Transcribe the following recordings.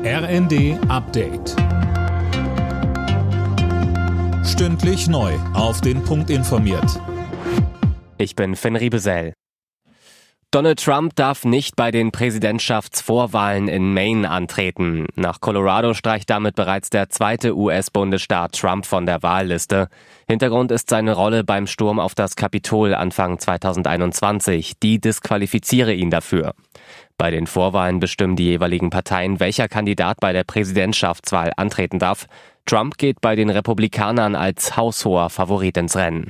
RND Update. Stündlich neu auf den Punkt informiert. Ich bin Finn Riebesell. Donald Trump darf nicht bei den Präsidentschaftsvorwahlen in Maine antreten. Nach Colorado streicht damit bereits der zweite US-Bundesstaat Trump von der Wahlliste. Hintergrund ist seine Rolle beim Sturm auf das Kapitol Anfang 2021. Die disqualifiziere ihn dafür. Bei den Vorwahlen bestimmen die jeweiligen Parteien, welcher Kandidat bei der Präsidentschaftswahl antreten darf. Trump geht bei den Republikanern als haushoher Favorit ins Rennen.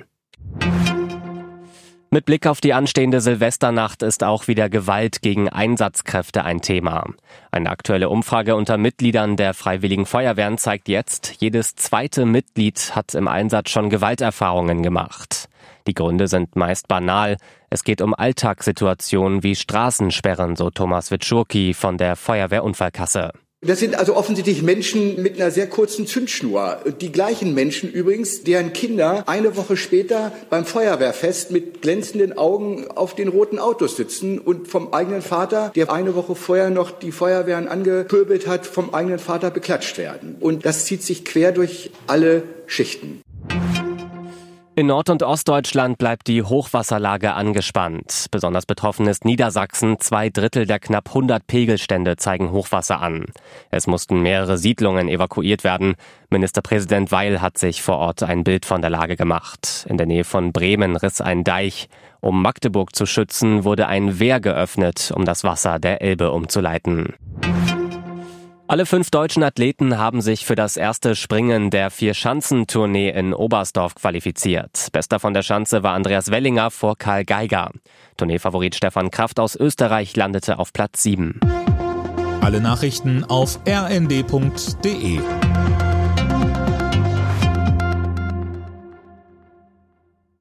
Mit Blick auf die anstehende Silvesternacht ist auch wieder Gewalt gegen Einsatzkräfte ein Thema. Eine aktuelle Umfrage unter Mitgliedern der Freiwilligen Feuerwehren zeigt jetzt, jedes zweite Mitglied hat im Einsatz schon Gewalterfahrungen gemacht. Die Gründe sind meist banal. Es geht um Alltagssituationen wie Straßensperren, so Thomas Witschurki von der Feuerwehrunfallkasse. Das sind also offensichtlich Menschen mit einer sehr kurzen Zündschnur. Die gleichen Menschen übrigens, deren Kinder eine Woche später beim Feuerwehrfest mit glänzenden Augen auf den roten Autos sitzen und vom eigenen Vater, der eine Woche vorher noch die Feuerwehren angepöbelt hat, vom eigenen Vater beklatscht werden. Und das zieht sich quer durch alle Schichten. In Nord- und Ostdeutschland bleibt die Hochwasserlage angespannt. Besonders betroffen ist Niedersachsen. 2/3 der knapp 100 Pegelstände zeigen Hochwasser an. Es mussten mehrere Siedlungen evakuiert werden. Ministerpräsident Weil hat sich vor Ort ein Bild von der Lage gemacht. In der Nähe von Bremen riss ein Deich. Um Magdeburg zu schützen, wurde ein Wehr geöffnet, um das Wasser der Elbe umzuleiten. Alle 5 deutschen Athleten haben sich für das erste Springen der Vierschanzentournee in Oberstdorf qualifiziert. Bester von der Schanze war Andreas Wellinger vor Karl Geiger. Tourneefavorit Stefan Kraft aus Österreich landete auf Platz 7. Alle Nachrichten auf rnd.de.